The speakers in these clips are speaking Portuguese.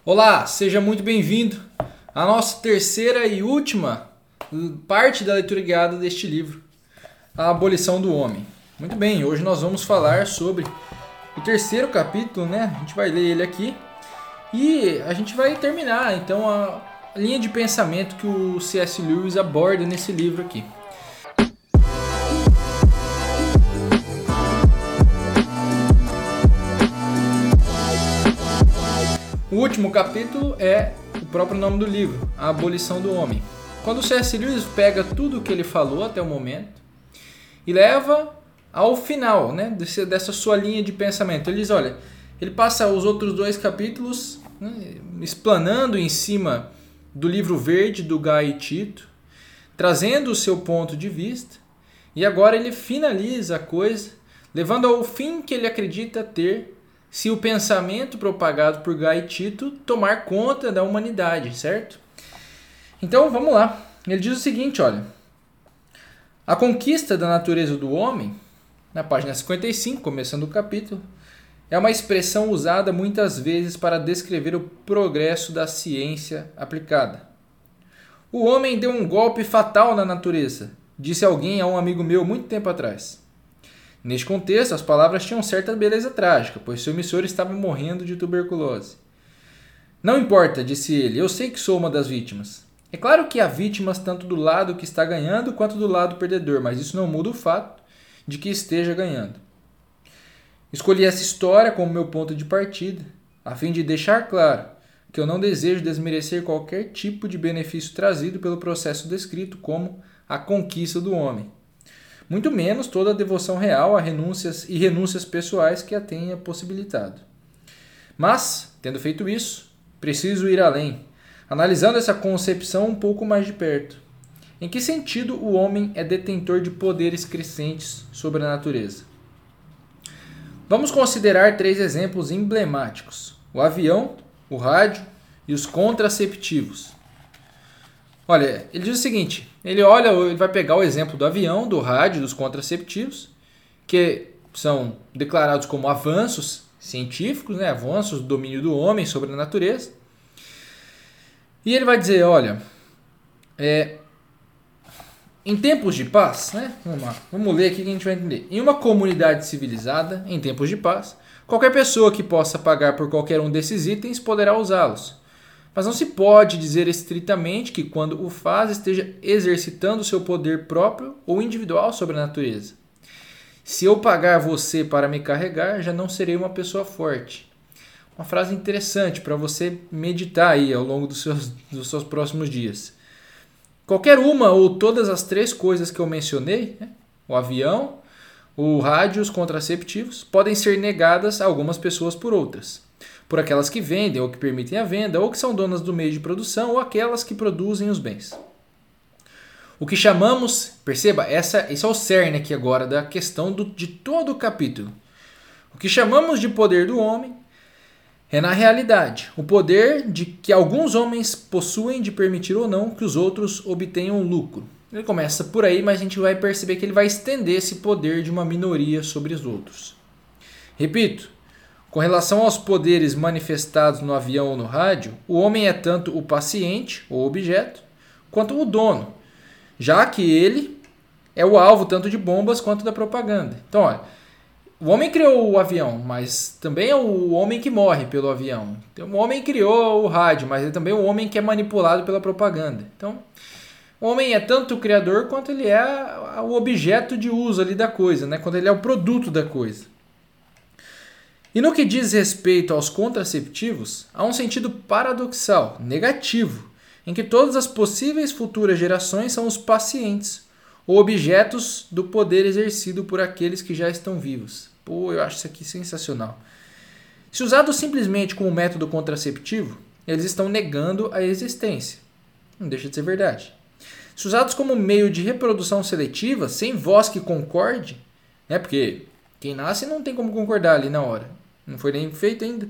Olá, seja muito bem-vindo à nossa terceira e última parte da leitura guiada deste livro, A Abolição do Homem. Muito bem, hoje nós vamos falar sobre o terceiro capítulo, né? A gente vai ler ele aqui e a gente vai terminar então a linha de pensamento que o C.S. Lewis aborda nesse livro aqui. O último capítulo é o próprio nome do livro, A Abolição do Homem. Quando o C.S. Lewis pega tudo o que ele falou até o momento e leva ao final, né, dessa sua linha de pensamento. Ele diz, olha, ele passa os outros dois capítulos, né, explanando em cima do livro verde do Guy Tito, trazendo o seu ponto de vista, e agora ele finaliza a coisa, levando ao fim que ele acredita ter se o pensamento propagado por Guy Tito tomar conta da humanidade, certo? Então, vamos lá. Ele diz o seguinte, olha. A conquista da natureza do homem, na página 55, começando o capítulo, é uma expressão usada muitas vezes para descrever o progresso da ciência aplicada. O homem deu um golpe fatal na natureza, disse alguém a um amigo meu muito tempo atrás. Neste contexto, as palavras tinham certa beleza trágica, pois seu emissor estava morrendo de tuberculose. Não importa, disse ele, eu sei que sou uma das vítimas. É claro que há vítimas tanto do lado que está ganhando quanto do lado perdedor, mas isso não muda o fato de que esteja ganhando. Escolhi essa história como meu ponto de partida, a fim de deixar claro que eu não desejo desmerecer qualquer tipo de benefício trazido pelo processo descrito como a conquista do homem. Muito menos toda a devoção real a renúncias pessoais que a tenha possibilitado. Mas, tendo feito isso, preciso ir além, analisando essa concepção um pouco mais de perto. Em que sentido o homem é detentor de poderes crescentes sobre a natureza? Vamos considerar 3 exemplos emblemáticos: o avião, o rádio e os contraceptivos. Olha, ele diz o seguinte, ele vai pegar o exemplo do avião, do rádio, dos contraceptivos, que são declarados como avanços científicos, né, avanços do domínio do homem sobre a natureza. E ele vai dizer, olha, em tempos de paz, né, vamos ler aqui que a gente vai entender. Em uma comunidade civilizada, em tempos de paz, qualquer pessoa que possa pagar por qualquer um desses itens poderá usá-los. Mas não se pode dizer estritamente que quando o faz esteja exercitando seu poder próprio ou individual sobre a natureza. Se eu pagar você para me carregar, já não serei uma pessoa forte. Uma frase interessante para você meditar aí ao longo dos seus próximos dias. Qualquer uma ou todas as 3 coisas que eu mencionei, né, o avião, o rádio e os contraceptivos, podem ser negadas a algumas pessoas por outras. Por aquelas que vendem ou que permitem a venda, ou que são donas do meio de produção, ou aquelas que produzem os bens. O que chamamos, perceba, esse é o cerne aqui agora da questão de todo o capítulo. O que chamamos de poder do homem é, na realidade, o poder de que alguns homens possuem de permitir ou não que os outros obtenham lucro. Ele começa por aí, mas a gente vai perceber que ele vai estender esse poder de uma minoria sobre os outros. Repito, com relação aos poderes manifestados no avião ou no rádio, o homem é tanto o paciente, ou objeto, quanto o dono, já que ele é o alvo tanto de bombas quanto da propaganda. Então, olha, o homem criou o avião, mas também é o homem que morre pelo avião. Então, o homem criou o rádio, mas é também o homem que é manipulado pela propaganda. Então, o homem é tanto o criador quanto ele é o objeto de uso ali da coisa, né? Quando ele é o produto da coisa. E no que diz respeito aos contraceptivos, há um sentido paradoxal, negativo, em que todas as possíveis futuras gerações são os pacientes, ou objetos do poder exercido por aqueles que já estão vivos. Pô, eu acho isso aqui sensacional. Se usados simplesmente como método contraceptivo, eles estão negando a existência. Não deixa de ser verdade. Se usados como meio de reprodução seletiva, sem voz que concorde, né, porque quem nasce não tem como concordar ali na hora. Não foi nem feito ainda.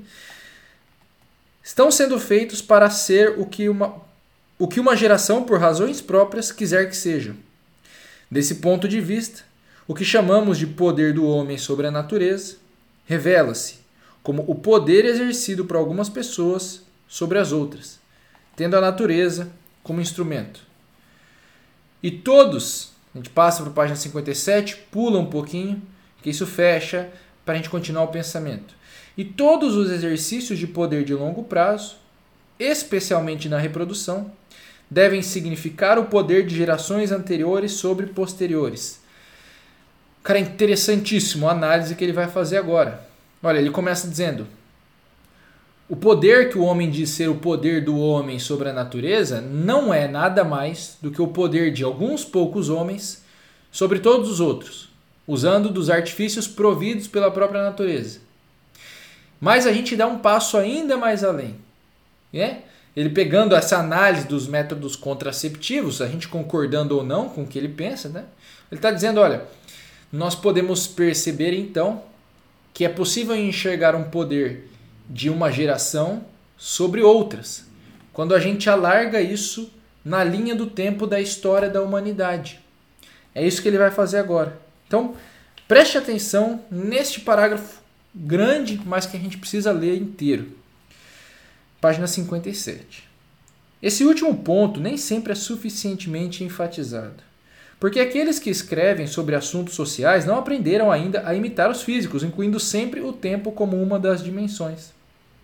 Estão sendo feitos para ser o que uma geração, por razões próprias, quiser que seja. Desse ponto de vista, o que chamamos de poder do homem sobre a natureza revela-se como o poder exercido por algumas pessoas sobre as outras, tendo a natureza como instrumento. E todos, a gente passa para a página 57, pula um pouquinho, que isso fecha para a gente continuar o pensamento. E todos os exercícios de poder de longo prazo, especialmente na reprodução, devem significar o poder de gerações anteriores sobre posteriores. Cara, é interessantíssimo a análise que ele vai fazer agora. Olha, ele começa dizendo: o poder que o homem diz ser o poder do homem sobre a natureza não é nada mais do que o poder de alguns poucos homens sobre todos os outros, usando dos artifícios providos pela própria natureza. Mas a gente dá um passo ainda mais além. Né? Ele pegando essa análise dos métodos contraceptivos, a gente concordando ou não com o que ele pensa, né? Ele está dizendo, olha, nós podemos perceber então que é possível enxergar um poder de uma geração sobre outras, quando a gente alarga isso na linha do tempo da história da humanidade. É isso que ele vai fazer agora. Então, preste atenção neste parágrafo grande, mas que a gente precisa ler inteiro. Página 57. Esse último ponto nem sempre é suficientemente enfatizado, porque aqueles que escrevem sobre assuntos sociais não aprenderam ainda a imitar os físicos, incluindo sempre o tempo como uma das dimensões.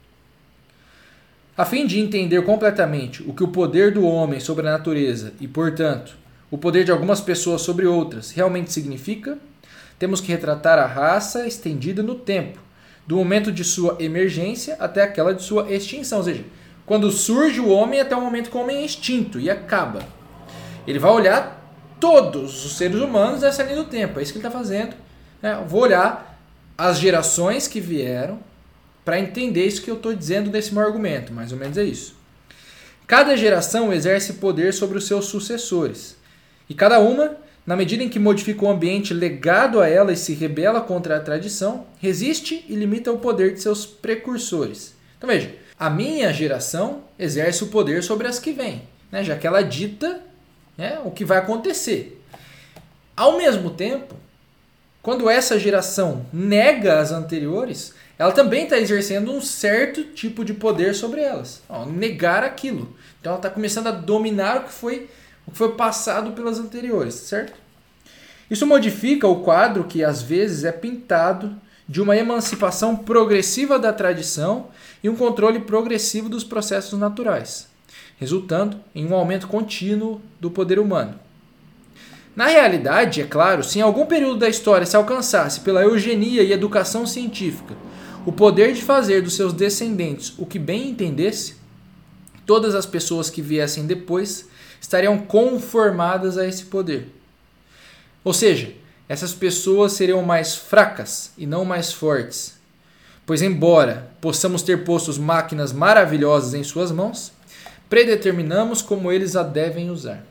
A fim de entender completamente o que o poder do homem sobre a natureza e, portanto, o poder de algumas pessoas sobre outras realmente significa, temos que retratar a raça estendida no tempo, do momento de sua emergência até aquela de sua extinção. Ou seja, quando surge o homem até o momento que o homem é extinto e acaba. Ele vai olhar todos os seres humanos dessa linha do tempo. É isso que ele está fazendo. Eu vou olhar as gerações que vieram para entender isso que eu estou dizendo nesse meu argumento. Mais ou menos é isso. Cada geração exerce poder sobre os seus sucessores. E cada uma, na medida em que modifica o ambiente legado a ela e se rebela contra a tradição, resiste e limita o poder de seus precursores. Então veja, a minha geração exerce o poder sobre as que vêm, né? Já que ela dita, né, o que vai acontecer. Ao mesmo tempo, quando essa geração nega as anteriores, ela também está exercendo um certo tipo de poder sobre elas. Negar aquilo. Então ela está começando a dominar o que foi passado pelas anteriores, certo? Isso modifica o quadro que às vezes é pintado de uma emancipação progressiva da tradição e um controle progressivo dos processos naturais, resultando em um aumento contínuo do poder humano. Na realidade, é claro, se em algum período da história se alcançasse pela eugenia e educação científica o poder de fazer dos seus descendentes o que bem entendesse, todas as pessoas que viessem depois estariam conformadas a esse poder. Ou seja, essas pessoas seriam mais fracas e não mais fortes. Pois embora possamos ter postos máquinas maravilhosas em suas mãos, predeterminamos como eles as devem usar.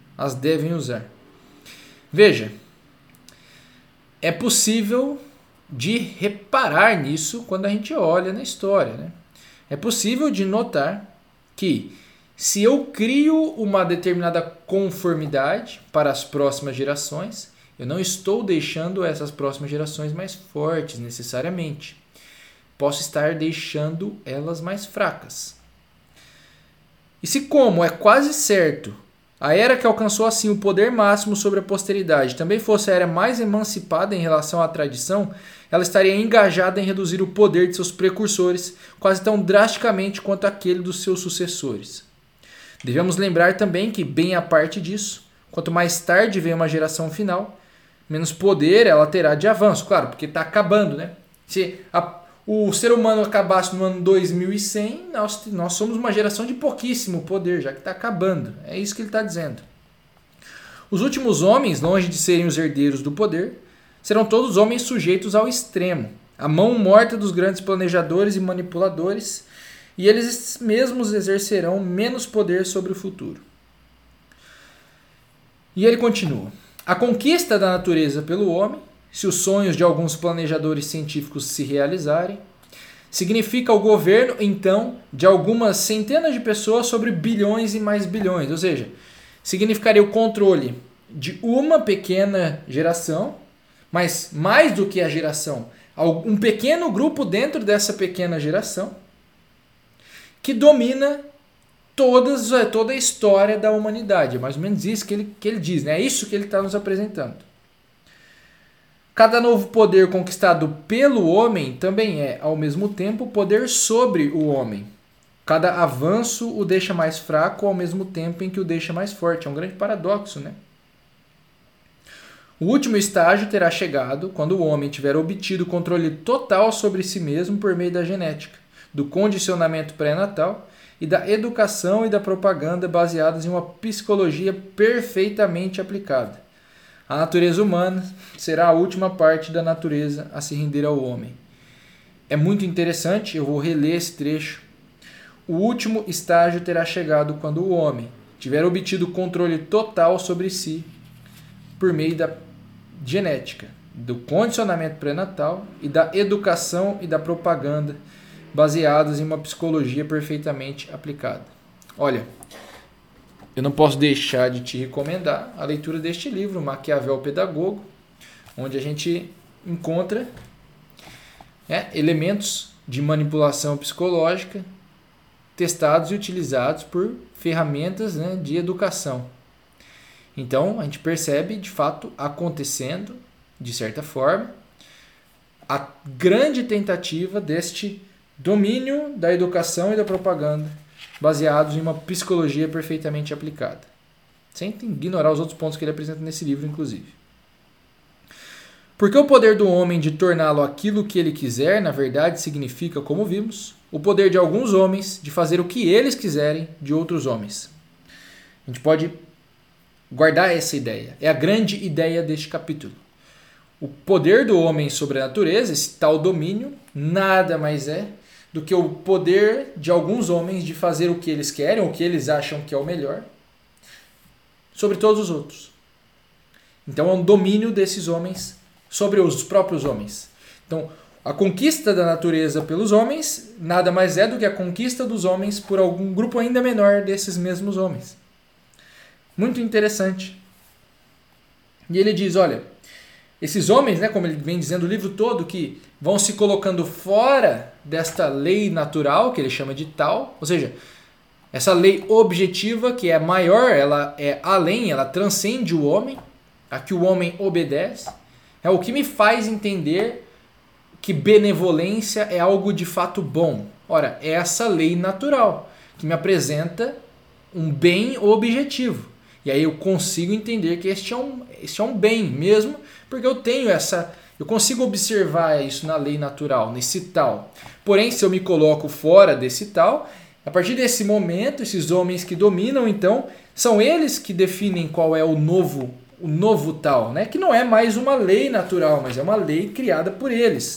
Veja, é possível de reparar nisso quando a gente olha na história, né? É possível de notar que se eu crio uma determinada conformidade para as próximas gerações, eu não estou deixando essas próximas gerações mais fortes necessariamente. Posso estar deixando elas mais fracas. E se, como é quase certo, a era que alcançou assim o poder máximo sobre a posteridade também fosse a era mais emancipada em relação à tradição, ela estaria engajada em reduzir o poder de seus precursores quase tão drasticamente quanto aquele dos seus sucessores. Devemos lembrar também que, bem à parte disso, quanto mais tarde vem uma geração final, menos poder ela terá de avanço. Claro, porque está acabando, né? Se o ser humano acabasse no ano 2100, nós somos uma geração de pouquíssimo poder, já que está acabando. É isso que ele está dizendo. Os últimos homens, longe de serem os herdeiros do poder, serão todos homens sujeitos ao extremo, à mão morta dos grandes planejadores e manipuladores, e eles mesmos exercerão menos poder sobre o futuro. E ele continua. A conquista da natureza pelo homem, se os sonhos de alguns planejadores científicos se realizarem, significa o governo, então, de algumas centenas de pessoas sobre bilhões e mais bilhões. Ou seja, significaria o controle de uma pequena geração, mas mais do que a geração, um pequeno grupo dentro dessa pequena geração, que domina toda a história da humanidade. É mais ou menos isso que ele diz, né? É isso que ele está nos apresentando. Cada novo poder conquistado pelo homem também é, ao mesmo tempo, poder sobre o homem. Cada avanço o deixa mais fraco ao mesmo tempo em que o deixa mais forte. É um grande paradoxo, né? O último estágio terá chegado quando o homem tiver obtido controle total sobre si mesmo por meio da genética, do condicionamento pré-natal e da educação e da propaganda baseadas em uma psicologia perfeitamente aplicada. A natureza humana será a última parte da natureza a se render ao homem. É muito interessante, eu vou reler esse trecho. O último estágio terá chegado quando o homem tiver obtido controle total sobre si por meio da genética, do condicionamento pré-natal e da educação e da propaganda baseados em uma psicologia perfeitamente aplicada. Olha, eu não posso deixar de te recomendar a leitura deste livro, Maquiavel Pedagogo, onde a gente encontra elementos de manipulação psicológica testados e utilizados por ferramentas, né, de educação. Então, a gente percebe, de fato, acontecendo, de certa forma, a grande tentativa deste domínio da educação e da propaganda baseados em uma psicologia perfeitamente aplicada. Sem ignorar os outros pontos que ele apresenta nesse livro, inclusive. Porque o poder do homem de torná-lo aquilo que ele quiser, na verdade, significa, como vimos, o poder de alguns homens de fazer o que eles quiserem de outros homens. A gente pode guardar essa ideia. É a grande ideia deste capítulo. O poder do homem sobre a natureza, esse tal domínio, nada mais é do que o poder de alguns homens de fazer o que eles querem, o que eles acham que é o melhor, sobre todos os outros. Então é um domínio desses homens sobre os próprios homens. Então, a conquista da natureza pelos homens nada mais é do que a conquista dos homens por algum grupo ainda menor desses mesmos homens. Muito interessante. E ele diz, olha, esses homens, né, como ele vem dizendo o livro todo, que vão se colocando fora desta lei natural, que ele chama de tal, ou seja, essa lei objetiva que é maior, ela é além, ela transcende o homem, a que o homem obedece, é o que me faz entender que benevolência é algo de fato bom. Ora, é essa lei natural que me apresenta um bem objetivo. E aí eu consigo entender que este é um bem mesmo, porque eu consigo observar isso na lei natural, nesse tal. Porém, se eu me coloco fora desse tal, a partir desse momento, esses homens que dominam, então, são eles que definem qual é o novo tal, né? Que não é mais uma lei natural, mas é uma lei criada por eles.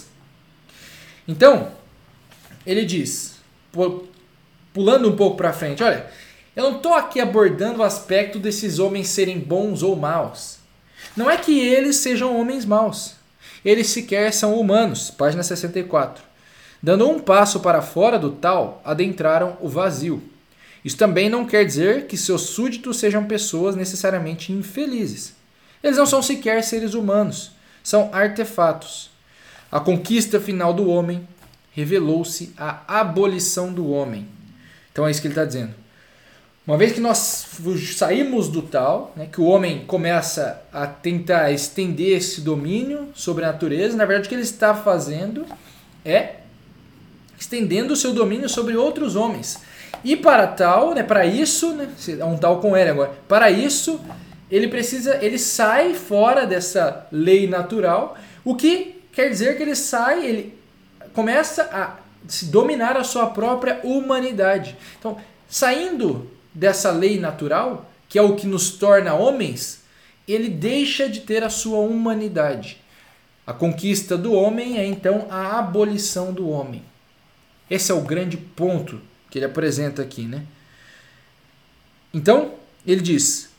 Então, ele diz, pulando um pouco para frente, olha, eu não estou aqui abordando o aspecto desses homens serem bons ou maus. Não é que eles sejam homens maus. Eles sequer são humanos. Página 64. Dando um passo para fora do tal, adentraram o vazio. Isso também não quer dizer que seus súditos sejam pessoas necessariamente infelizes. Eles não são sequer seres humanos. São artefatos. A conquista final do homem revelou-se a abolição do homem. Então é isso que ele está dizendo. Uma vez que nós saímos do tal, né, que o homem começa a tentar estender esse domínio sobre a natureza, na verdade o que ele está fazendo é estendendo o seu domínio sobre outros homens. E para tal, né, para isso, né, é um tal com ele agora, para isso ele sai fora dessa lei natural, o que quer dizer que ele começa a se dominar a sua própria humanidade. Então, saindo dessa lei natural, que é o que nos torna homens, ele deixa de ter a sua humanidade. A conquista do homem é então a abolição do homem. Esse é o grande ponto que ele apresenta aqui, né? Então, ele diz: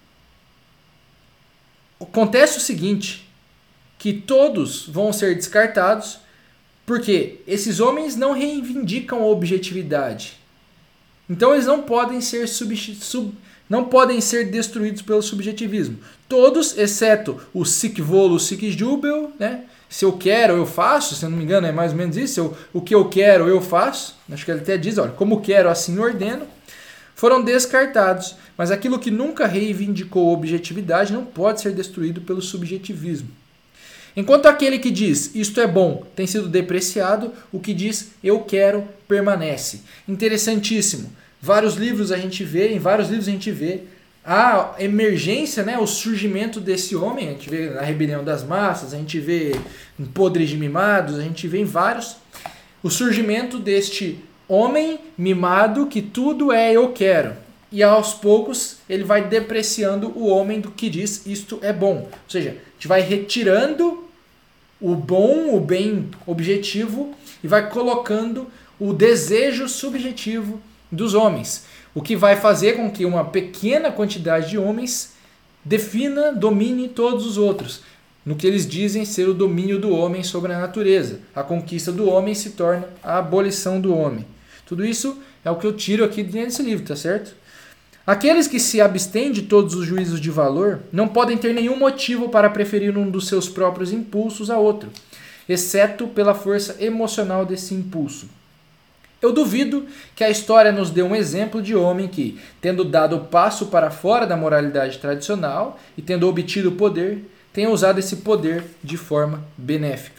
acontece o seguinte, que todos vão ser descartados porque esses homens não reivindicam a objetividade. Então eles não podem ser não podem ser destruídos pelo subjetivismo. Todos, exceto o sic volo, sic jubeo, né? Se eu quero, eu faço, se eu não me engano é mais ou menos isso, o que eu quero, eu faço. Acho que ele até diz, olha, como quero, assim ordeno. Foram descartados, mas aquilo que nunca reivindicou objetividade não pode ser destruído pelo subjetivismo. Enquanto aquele que diz isto é bom tem sido depreciado, o que diz eu quero permanece. Interessantíssimo. Em vários livros a gente vê a emergência, né, o surgimento desse homem. A gente vê na Rebelião das Massas, a gente vê em Podres de Mimados, a gente vê em vários o surgimento deste homem mimado que tudo é eu quero. E aos poucos ele vai depreciando o homem do que diz isto é bom. Ou seja, a gente vai retirando o bom, o bem objetivo e vai colocando o desejo subjetivo dos homens. O que vai fazer com que uma pequena quantidade de homens domine todos os outros. No que eles dizem ser o domínio do homem sobre a natureza. A conquista do homem se torna a abolição do homem. Tudo isso é o que eu tiro aqui dentro desse livro, tá certo? Aqueles que se abstêm de todos os juízos de valor não podem ter nenhum motivo para preferir um dos seus próprios impulsos a outro, exceto pela força emocional desse impulso. Eu duvido que a história nos dê um exemplo de homem que, tendo dado o passo para fora da moralidade tradicional e tendo obtido o poder, tenha usado esse poder de forma benéfica.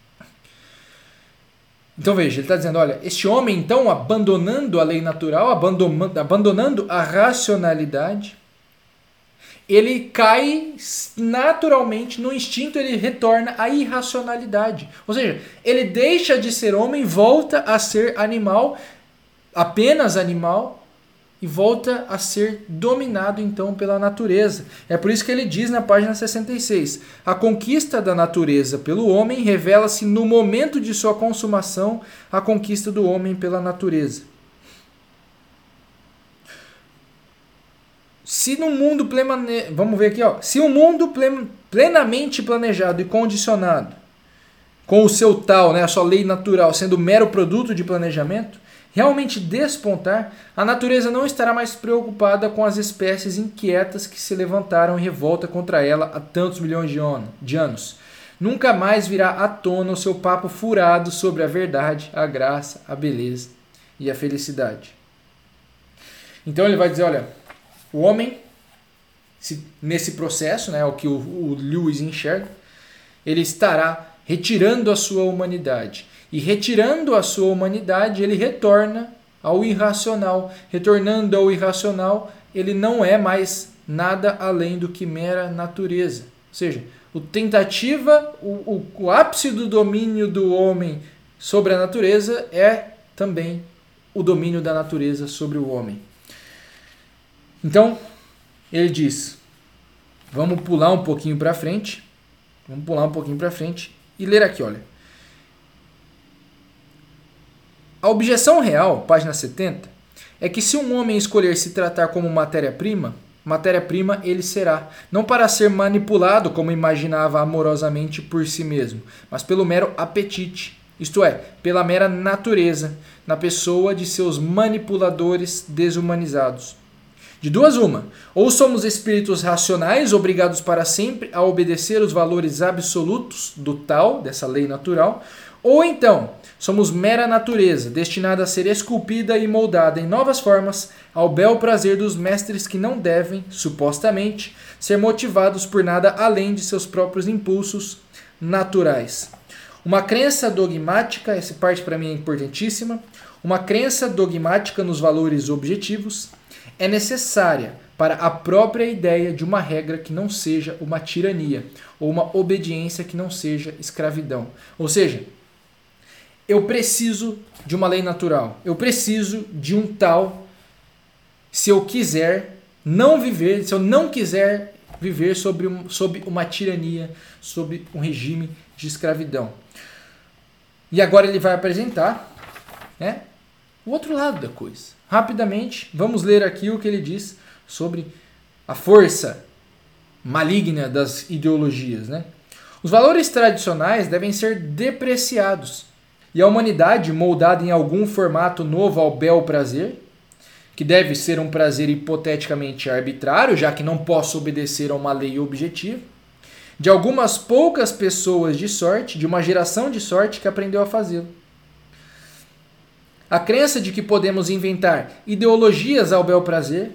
Então veja, ele está dizendo, olha, este homem então abandonando a lei natural, abandonando a racionalidade, ele cai naturalmente no instinto, ele retorna à irracionalidade. Ou seja, ele deixa de ser homem, volta a ser animal, apenas animal, e volta a ser dominado então pela natureza. É por isso que ele diz na página 66, a conquista da natureza pelo homem revela-se no momento de sua consumação, a conquista do homem pela natureza. Se no mundo vamos ver aqui, ó, se um mundo plenamente planejado e condicionado, com o seu tal, né, a sua lei natural sendo mero produto de planejamento, realmente despontar, a natureza não estará mais preocupada com as espécies inquietas que se levantaram em revolta contra ela há tantos milhões de anos. Nunca mais virá à tona o seu papo furado sobre a verdade, a graça, a beleza e a felicidade. Então ele vai dizer, olha, o homem, nesse processo, né, o que o Lewis enxerga, ele estará retirando a sua humanidade. E retirando a sua humanidade, ele retorna ao irracional. Retornando ao irracional, ele não é mais nada além do que mera natureza. Ou seja, o ápice do domínio do homem sobre a natureza é também o domínio da natureza sobre o homem. Então, ele diz, vamos pular um pouquinho para frente e ler aqui, olha. A objeção real, página 70, é que se um homem escolher se tratar como matéria-prima ele será, não para ser manipulado como imaginava amorosamente por si mesmo, mas pelo mero apetite, isto é, pela mera natureza, na pessoa de seus manipuladores desumanizados. De duas uma, ou somos espíritos racionais obrigados para sempre a obedecer os valores absolutos do tal, dessa lei natural, ou então somos mera natureza, destinada a ser esculpida e moldada em novas formas ao bel prazer dos mestres que não devem, supostamente, ser motivados por nada além de seus próprios impulsos naturais. Uma crença dogmática, essa parte para mim é importantíssima, uma crença dogmática nos valores objetivos é necessária para a própria ideia de uma regra que não seja uma tirania, ou uma obediência que não seja escravidão. Ou seja, eu preciso de uma lei natural, eu preciso de um tal, se eu não quiser viver sob uma tirania, sob um regime de escravidão. E agora ele vai apresentar, né, o outro lado da coisa. Rapidamente, vamos ler aqui o que ele diz sobre a força maligna das ideologias, né? Os valores tradicionais devem ser depreciados e a humanidade, moldada em algum formato novo ao bel prazer, que deve ser um prazer hipoteticamente arbitrário, já que não posso obedecer a uma lei objetiva, de algumas poucas pessoas de sorte, de uma geração de sorte que aprendeu a fazê-lo. A crença de que podemos inventar ideologias ao bel prazer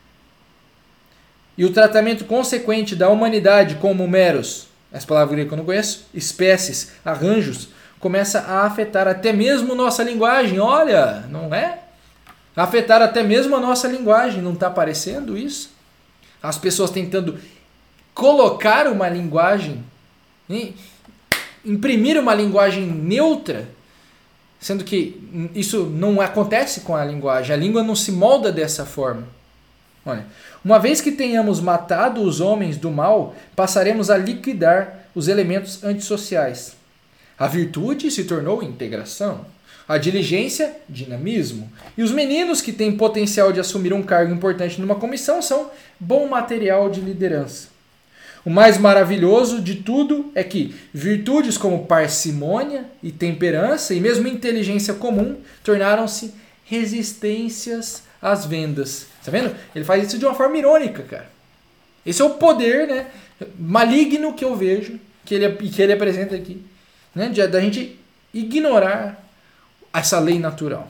e o tratamento consequente da humanidade como meros, essa palavra grega que eu não conheço, espécies, arranjos, começa a afetar até mesmo nossa linguagem. Olha, não é? Afetar até mesmo a nossa linguagem, não está aparecendo isso? As pessoas tentando colocar uma linguagem, imprimir uma linguagem neutra, sendo que isso não acontece com a linguagem. A língua não se molda dessa forma. Olha, uma vez que tenhamos matado os homens do mal, passaremos a liquidar os elementos antissociais. A virtude se tornou integração. A diligência, dinamismo. E os meninos que têm potencial de assumir um cargo importante numa comissão são bom material de liderança. O mais maravilhoso de tudo é que virtudes como parcimônia e temperança e mesmo inteligência comum tornaram-se resistências às vendas. Tá vendo? Ele faz isso de uma forma irônica, cara. Esse é o poder, né, maligno que eu vejo, que ele apresenta aqui, né, da gente ignorar essa lei natural.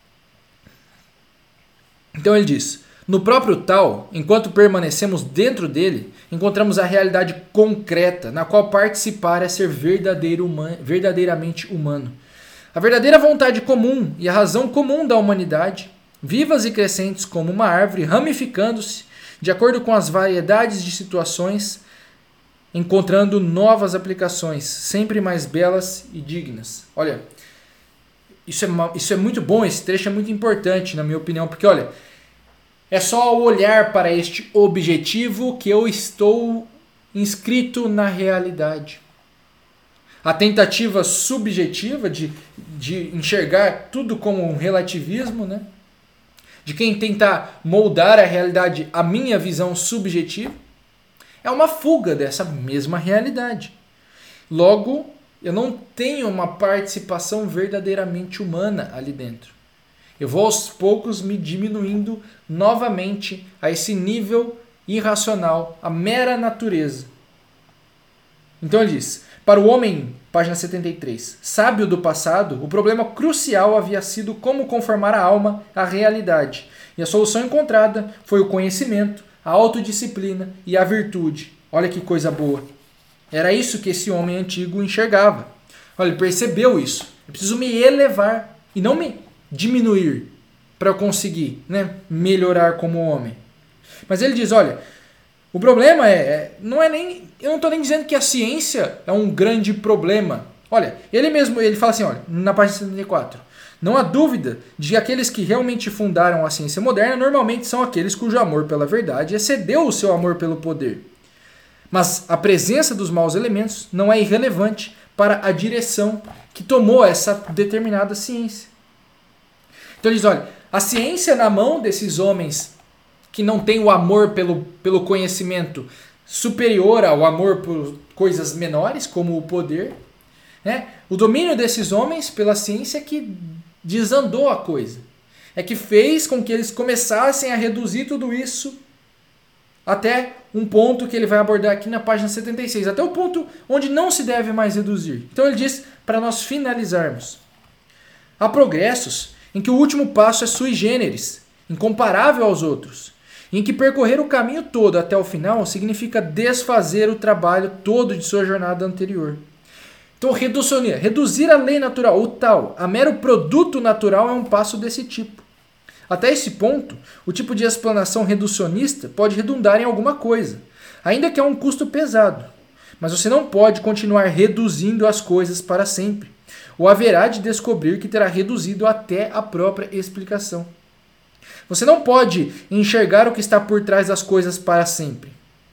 Então ele diz: no próprio tal, enquanto permanecemos dentro dele, encontramos a realidade concreta, na qual participar é ser verdadeiramente humano. A verdadeira vontade comum e a razão comum da humanidade, vivas e crescentes como uma árvore, ramificando-se de acordo com as variedades de situações, encontrando novas aplicações, sempre mais belas e dignas. Olha, isso é muito bom, esse trecho é muito importante, na minha opinião, porque, olha, é só ao olhar para este objetivo que eu estou inscrito na realidade. A tentativa subjetiva de enxergar tudo como um relativismo, né? De quem tenta moldar a realidade à minha visão subjetiva, é uma fuga dessa mesma realidade. Logo, eu não tenho uma participação verdadeiramente humana ali dentro. Eu vou aos poucos me diminuindo novamente a esse nível irracional, a mera natureza. Então ele diz: para o homem, página 73, sábio do passado, o problema crucial havia sido como conformar a alma à realidade. E a solução encontrada foi o conhecimento, a autodisciplina e a virtude. Olha que coisa boa. Era isso que esse homem antigo enxergava. Olha, ele percebeu isso. Eu preciso me elevar e não me diminuir para eu conseguir, né, melhorar como homem. Mas ele diz, olha, o problema eu não estou nem dizendo que a ciência é um grande problema. Olha, ele fala assim, olha, na página 74, não há dúvida de que aqueles que realmente fundaram a ciência moderna normalmente são aqueles cujo amor pela verdade excedeu o seu amor pelo poder. Mas a presença dos maus elementos não é irrelevante para a direção que tomou essa determinada ciência. Então ele diz, olha, a ciência na mão desses homens que não têm o amor pelo conhecimento superior ao amor por coisas menores, como o poder, né? O domínio desses homens pela ciência é que desandou a coisa. É que fez com que eles começassem a reduzir tudo isso até um ponto que ele vai abordar aqui na página 76, até o ponto onde não se deve mais reduzir. Então ele diz, para nós finalizarmos, há progressos em que o último passo é sui generis, incomparável aos outros, em que percorrer o caminho todo até o final significa desfazer o trabalho todo de sua jornada anterior. Então, reduzir a lei natural, o tal, a mero produto natural é um passo desse tipo. Até esse ponto, o tipo de explanação reducionista pode redundar em alguma coisa, ainda que a um custo pesado. Mas você não pode continuar reduzindo as coisas para sempre, ou haverá de descobrir que terá reduzido até a própria explicação. Você não pode enxergar o que está por trás das coisas para sempre.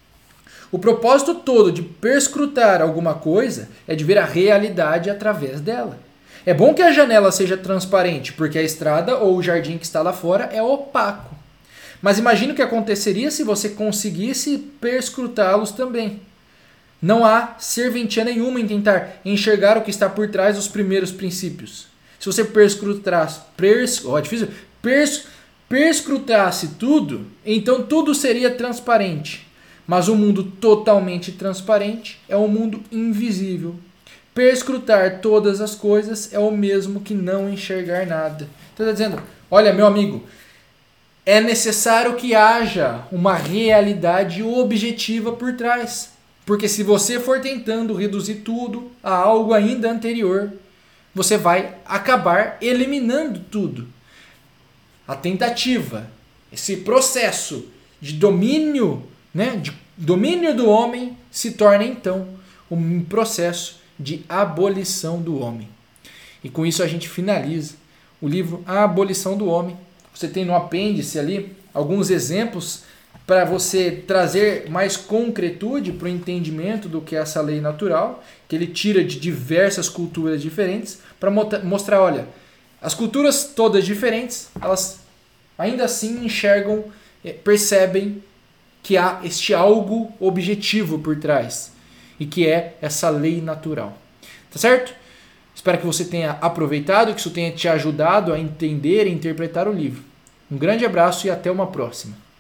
O propósito todo de perscrutar alguma coisa é de ver a realidade através dela. É bom que a janela seja transparente, porque a estrada ou o jardim que está lá fora é opaco. Mas imagine o que aconteceria se você conseguisse perscrutá-los também. Não há serventia nenhuma em tentar enxergar o que está por trás dos primeiros princípios. Se você perscrutasse tudo, então tudo seria transparente. Mas um mundo totalmente transparente é um mundo invisível. Perscrutar todas as coisas é o mesmo que não enxergar nada. Então está dizendo, olha meu amigo, é necessário que haja uma realidade objetiva por trás. Porque se você for tentando reduzir tudo a algo ainda anterior, você vai acabar eliminando tudo. A tentativa, esse processo de domínio, de domínio do homem se torna então um processo de abolição do homem. E com isso a gente finaliza o livro A Abolição do Homem. Você tem no apêndice ali alguns exemplos para você trazer mais concretude para o entendimento do que é essa lei natural, que ele tira de diversas culturas diferentes, para mostrar, olha, as culturas todas diferentes, elas ainda assim enxergam, percebem que há este algo objetivo por trás, e que é essa lei natural. Tá certo? Espero que você tenha aproveitado, que isso tenha te ajudado a entender e interpretar o livro. Um grande abraço e até uma próxima.